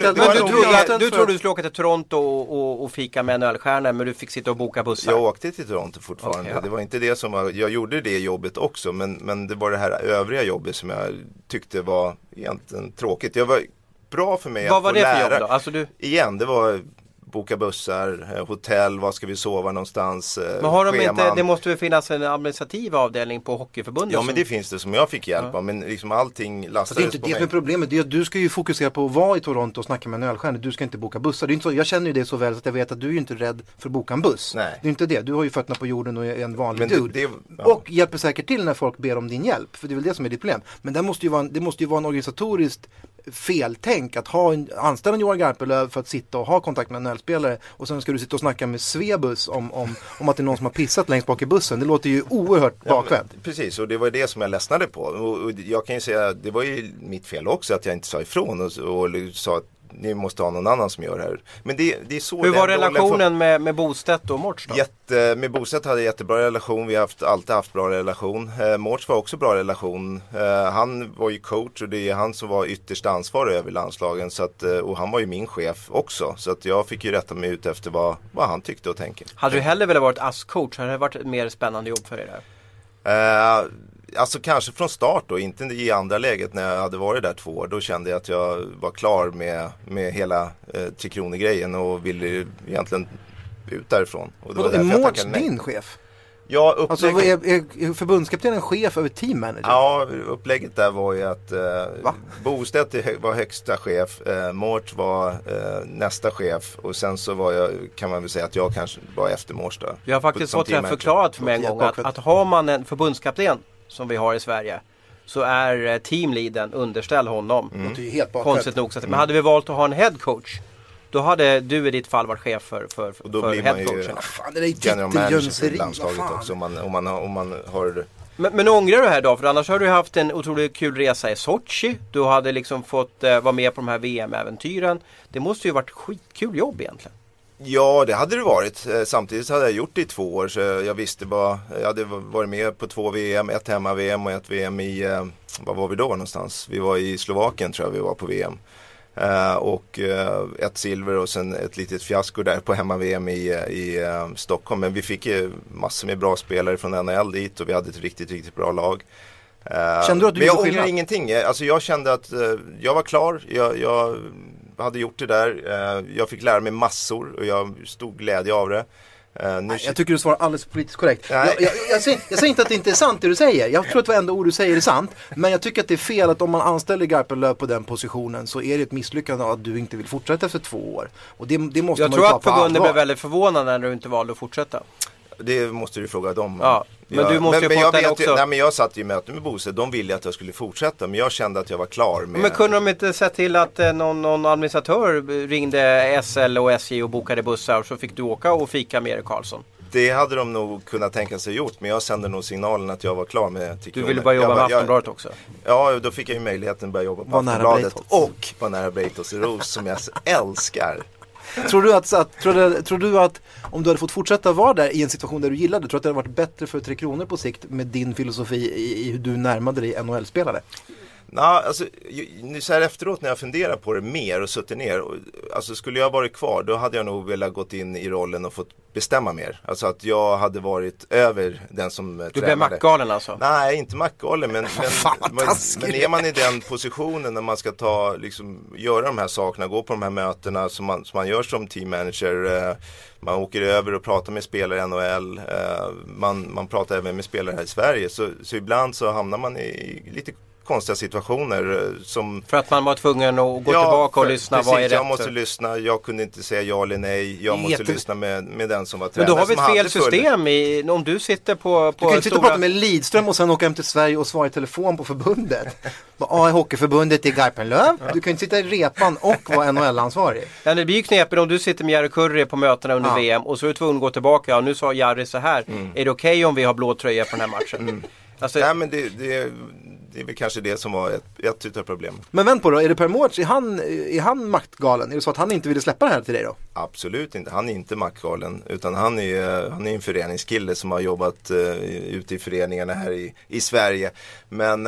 Du trodde du skulle åka till Toronto och fika med NHL-stjärnor, men du fick sitta och boka bussar. Jag åkte till Toronto fortfarande. Okay, ja. Det var inte det som var, jag gjorde det jobbet också, men det var det här övriga jobbet som jag tyckte var egentligen tråkigt. Jag var bra för mig. Vad var det för jobb då? Alltså igen, det var boka bussar, hotell, var ska vi sova någonstans, men har de inte, det måste väl finnas en administrativ avdelning på Hockeyförbundet? Ja, men det finns det som jag fick hjälp av, men liksom allting lastades på mig. Det är inte det som är problemet, det är att du ska ju fokusera på att vara i Toronto och snacka med NHL-stjärnor, du ska inte boka bussar. Det är inte så, jag känner ju det så väl så att jag vet att du är ju inte rädd för att boka en buss. Nej. Det är inte det, du har ju fötterna på jorden och är en vanlig men dude. Och hjälper säkert till när folk ber om din hjälp, för det är väl det som är ditt problem. Men det måste ju vara en organisatoriskt feltänk att anställa en Johan Garpenlöv för att sitta och ha kontakt med en NHL-spelare, och sen ska du sitta och snacka med Svebus om att det är någon som har pissat längst bak i bussen. Det låter ju oerhört bakvänt. Precis, och det var det som jag ledsnade på. Och jag kan ju säga, det var ju mitt fel också att jag inte sa ifrån och sa att ni måste ha någon annan som gör det här. Men det är så. Hur var relationen med Bostedt och Mårts då? Med Bostedt hade jag jättebra relation. Vi har alltid haft bra relation. Mårts var också bra relation. Han var ju coach och det är han som var ytterst ansvarig över landslagen. Så att, och han var ju min chef också. Så att jag fick ju rätta mig ut efter vad han tyckte och tänkte. Hade du hellre velat varit ASS-coach? Hade det varit ett mer spännande jobb för dig där? Alltså kanske från start då, inte i andra läget när jag hade varit där 2 år. Då kände jag att jag var klar med hela Tre Kronor-grejen och ville egentligen ut därifrån. Och det var är Mårts din chef? Ja, alltså är förbundskaptenen chef över teammanager? Ja, upplägget där var ju att Bostedt var högsta chef, Mårts var nästa chef, och sen så kan man väl säga att jag kanske var efter Mårts då. Jag har faktiskt fått det förklarat för mig en gång att har man en förbundskapten som vi har i Sverige, så är teamleadern underställd honom. Det är ju helt konstigt nog. Men hade vi valt att ha en headcoach, då hade du i ditt fall varit chef för och då blir man ju general manager i landslaget också om man har. Men ångrar du här då? För annars har du haft en otroligt kul resa i Sochi. Du hade liksom fått vara med på de här VM-äventyren. Det måste ju varit skitkul jobb egentligen. Ja, det hade det varit. Samtidigt hade jag gjort det i 2 år, så jag visste bara, jag hade varit med på 2 VM, ett hemma-VM och ett VM i, var var vi då någonstans? Vi var i Slovakien tror jag vi var på VM. Och ett silver och sen ett litet fiasko där på hemma-VM i Stockholm. Men vi fick massor med bra spelare från NHL dit och vi hade ett riktigt, riktigt bra lag. Kände du att du men jag gjorde ångrar ingenting. Alltså jag kände att jag var klar. Jag hade gjort det där. Jag fick lära mig massor och jag stod glädje av det. Jag tycker du svarar alldeles politiskt korrekt. Jag säger inte att det inte är sant det du säger. Jag tror att varenda ord du säger är sant. Men jag tycker att det är fel att om man anställer Garpenlöv på den positionen så är det ett misslyckande att du inte vill fortsätta efter 2 år. Och det måste jag man tror ta att på förbundet allvar. blev väldigt förvånade när du inte valde att fortsätta. Det måste du fråga dem. Ja, men du måste ju fått den också. Nej, men jag satt i möte med Bose. De ville att jag skulle fortsätta. Men jag kände att jag var klar med... Men kunde de inte se till att någon administratör ringde SL och SJ och bokade bussar så fick du åka och fika med Erik Karlsson? Det hade de nog kunnat tänka sig gjort. Men jag sände nog signalen att jag var klar med Tick. Du ville bara jobba med Aftonbladet också? Ja, då fick jag ju möjligheten att börja jobba på Aftonbladet. Och vara nära Breitos i Ros som jag älskar. Tror du att om du hade fått fortsätta vara där i en situation där du gillade, tror du att det hade varit bättre för 3 Kronor på sikt med din filosofi i hur du närmade dig NHL-spelare? Nej, alltså nu så här efteråt när jag funderar på det mer och suttit ner, alltså skulle jag varit kvar då hade jag nog velat gått in i rollen och fått bestämma mer. Alltså att jag hade varit över den som tränade. Du blev mackgalen alltså? Nej, inte mackgalen, men är man i den positionen när man ska göra de här sakerna, gå på de här mötena som man gör som teammanager, man åker över och pratar med spelare i NHL, man pratar även med spelare här i Sverige, så ibland så hamnar man i lite konstiga situationer som... För att man var tvungen att gå tillbaka och lyssna, precis, vad är rätt? Jag måste lyssna, jag kunde inte säga ja eller nej, jag måste lyssna med den som var tränare. Men då har vi ett fel system om du sitter på du kan inte sitta och prata med Lidström och sen åka hem till Sverige och svara i telefon på förbundet. Hockeyförbundet i Garpenlöv. Du kan inte sitta i repan och vara NHL-ansvarig. Ja, det blir ju knepigt om du sitter med Jari Kurri på mötena under VM och så är du tvungen att gå tillbaka. Ja, nu sa Jari så här. Är det okej om vi har blå tröja på den här matchen? Alltså, nej, men det är väl kanske det som var ett utav problemet. Men vänt på då, är det Per Mårts, är han maktgalen? Är det så att han inte ville släppa det här till dig då? Absolut inte, han är inte maktgalen, utan han är en föreningskille som har jobbat ute i föreningarna här i Sverige. Men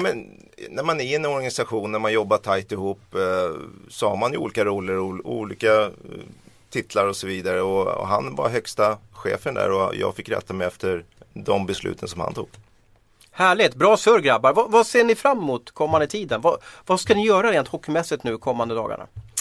när man är i en organisation, när man jobbar tajt ihop, så har man ju olika roller och olika titlar och så vidare, och han var högsta chefen där och jag fick rätta mig efter de besluten som han tog. Härligt, bra surr grabbar. Vad ser ni fram emot kommande tiden? Vad ska ni göra rent hockeymässigt nu kommande dagarna?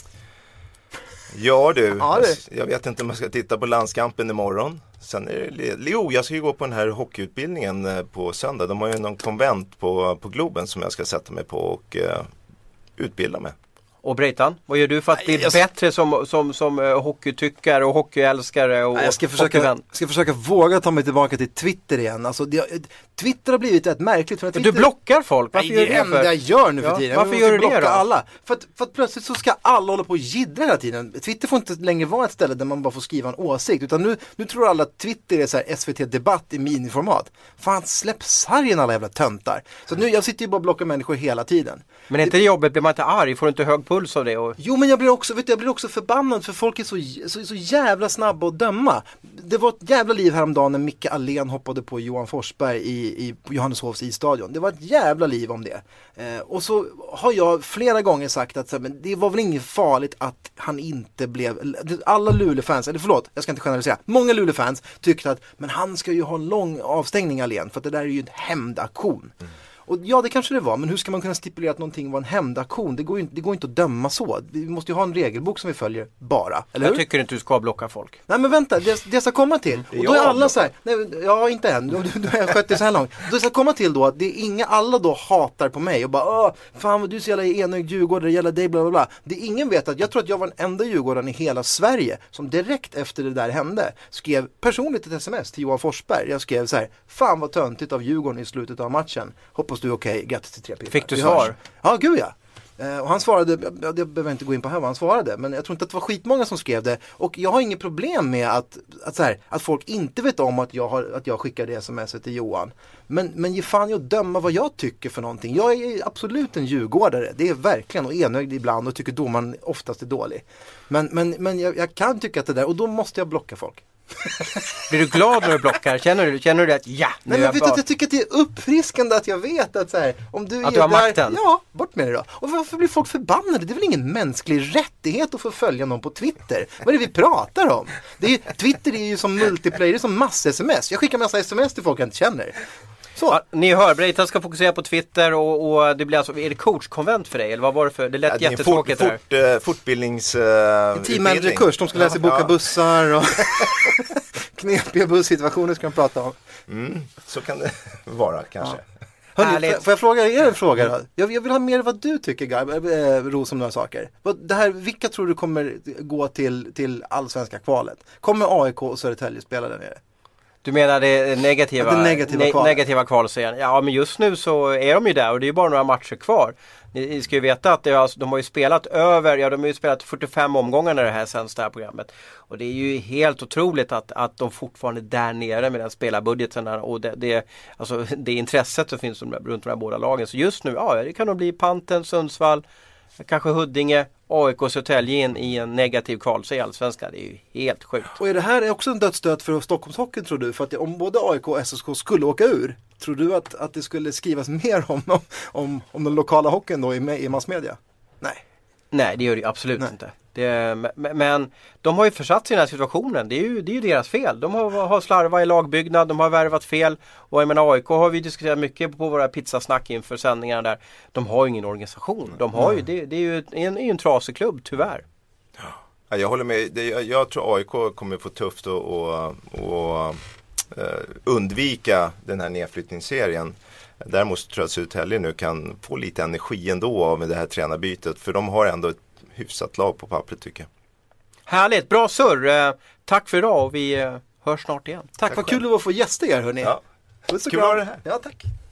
Ja du, jag vet inte om jag ska titta på landskampen imorgon. Sen är det, jag ska ju gå på den här hockeyutbildningen på söndag. De har ju någon konvent på Globen som jag ska sätta mig på och utbilda mig. Och Breitan, vad gör du för att bli bättre som hockeytyckare och hockeyälskare och jag ska försöka våga ta mig tillbaka till Twitter igen. Alltså, Twitter har blivit ett märkligt. För du blockar folk, varför gör du det? Det är det jag gör nu för tiden. Varför gör du det då? Alla. För att plötsligt så ska alla hålla på och jiddra hela tiden. Twitter får inte längre vara ett ställe där man bara får skriva en åsikt. Utan nu tror alla att Twitter är så här SVT-debatt i miniformat. Fan, släpp sargen alla jävla töntar. Så nu, jag sitter ju bara och blockar människor hela tiden. Men inte det jobbet, blir man inte arg? Får du inte hög puls av det? Jo, men jag blir också förbannad för folk är så jävla snabba att döma. Det var ett jävla liv häromdagen när Micke Allén hoppade på Johan Forsberg i Johanneshovs isstadion. Det var ett jävla liv om det. Och så har jag flera gånger sagt att men det var väl inget farligt att han inte blev... Alla Luleå-fans, eller förlåt, jag ska inte generalisera. Många Luleå-fans tyckte att men han ska ju ha en lång avstängning Allén för att det där är ju en hämndaktion. Och ja, det kanske det var, men hur ska man kunna stipulera att någonting var en hämndaktion? Det går inte att döma så. Vi måste ju ha en regelbok som vi följer bara, eller hur? Jag tycker inte du ska blocka folk. Nej, men vänta, det ska komma till. Och då är alla så här, nej, ja, inte än. Du har skött det så här långt. Då ska komma till då att det är alla då hatar på mig och bara, fan vad du är så jävla enögd djurgårdare, jävla dig, bla bla bla. Det ingen vet att jag tror att jag var den enda djurgårdaren i hela Sverige som direkt efter det där hände skrev personligt ett sms till Johan Forsberg. Jag skrev så här, fan vad töntigt av Djurgården i slutet av matchen. Hoppas du är okej, grattis till 3 pinnar. Fick du svar? Ja, gud ja. Och han svarade, jag behöver inte gå in på här vad han svarade, men jag tror inte att det var skitmånga som skrev det. Och jag har inget problem med att folk inte vet om att jag skickar det smset till Johan. Men ge fan jag döma vad jag tycker för någonting. Jag är absolut en djurgårdare, det är verkligen, och enögd ibland och tycker domaren oftast är dålig. Men jag kan tycka att det där, och då måste jag blocka folk. Blir du glad när du blockar? Känner du att Nej, men jag tycker att det är uppfriskande att jag vet att så här, om du att är du har där, makten. ja, bort med det då. Och varför blir folk förbannade? Det är väl ingen mänsklig rättighet att få följa någon på Twitter. Vad är det vi pratar om? Twitter är ju som multiplayer, det är som mass-sms. Jag skickar massa sms till folk jag inte känner. Så. Ja, ni hör, Breitan ska fokusera på Twitter och det blir alltså, är det coachkonvent för dig? Eller vad var det för? Det lät jättetråkigt där. Fortbildnings team manager-kurs, de ska lära sig boka bussar och knepiga bussituationer ska de prata om. Så kan det vara kanske. Hörrni, får jag fråga er en fråga då? Jag vill ha mer vad du tycker, Ros, om några saker. Vilka tror du kommer gå till allsvenska kvalet? Kommer AIK och Södertälje spela där nere? Du menar det negativa kvalserien? Ja, men just nu så är de ju där och det är ju bara några matcher kvar. Ni ska ju veta att de har ju spelat de har ju spelat 45 omgångar när det här sänds, det här programmet. Och det är ju helt otroligt att de fortfarande är där nere med den spelarbudgeten och det intresset som finns runt de här båda lagen. Så just nu, det kan nog bli Panten, Sundsvall, kanske Huddinge, AIK och Södertälje i en negativ kvalserie i Allsvenskan. Det är ju helt sjukt. Och är det här också en dödsstöt för Stockholmshockeyn, tror du? För att om både AIK och SSK skulle åka ur, tror du att det skulle skrivas mer om den lokala hockeyn då i massmedia? Nej, det gör det absolut inte. Men de har ju försatt sig i den här situationen. Det är ju deras fel. De har slarvat i lagbyggnad, de har värvat fel. Och jag menar, AIK har vi diskuterat mycket på våra pizzasnack inför sändningarna där. De har ju ingen organisation. Det är ju en trasig klubb, tyvärr. Ja, jag håller med. Jag tror AIK kommer få tufft att undvika den här nedflyttningsserien. Däremot tror jag att Södertälje nu kan få lite energi ändå av det här tränarbytet. För de har ändå ett hyfsat lag på pappret, tycker jag. Härligt, bra surr. Tack för idag och vi hörs snart igen. Tack vad kul det var att få gäster här, hörni. Ja. Kul att ha det här. Ja, tack.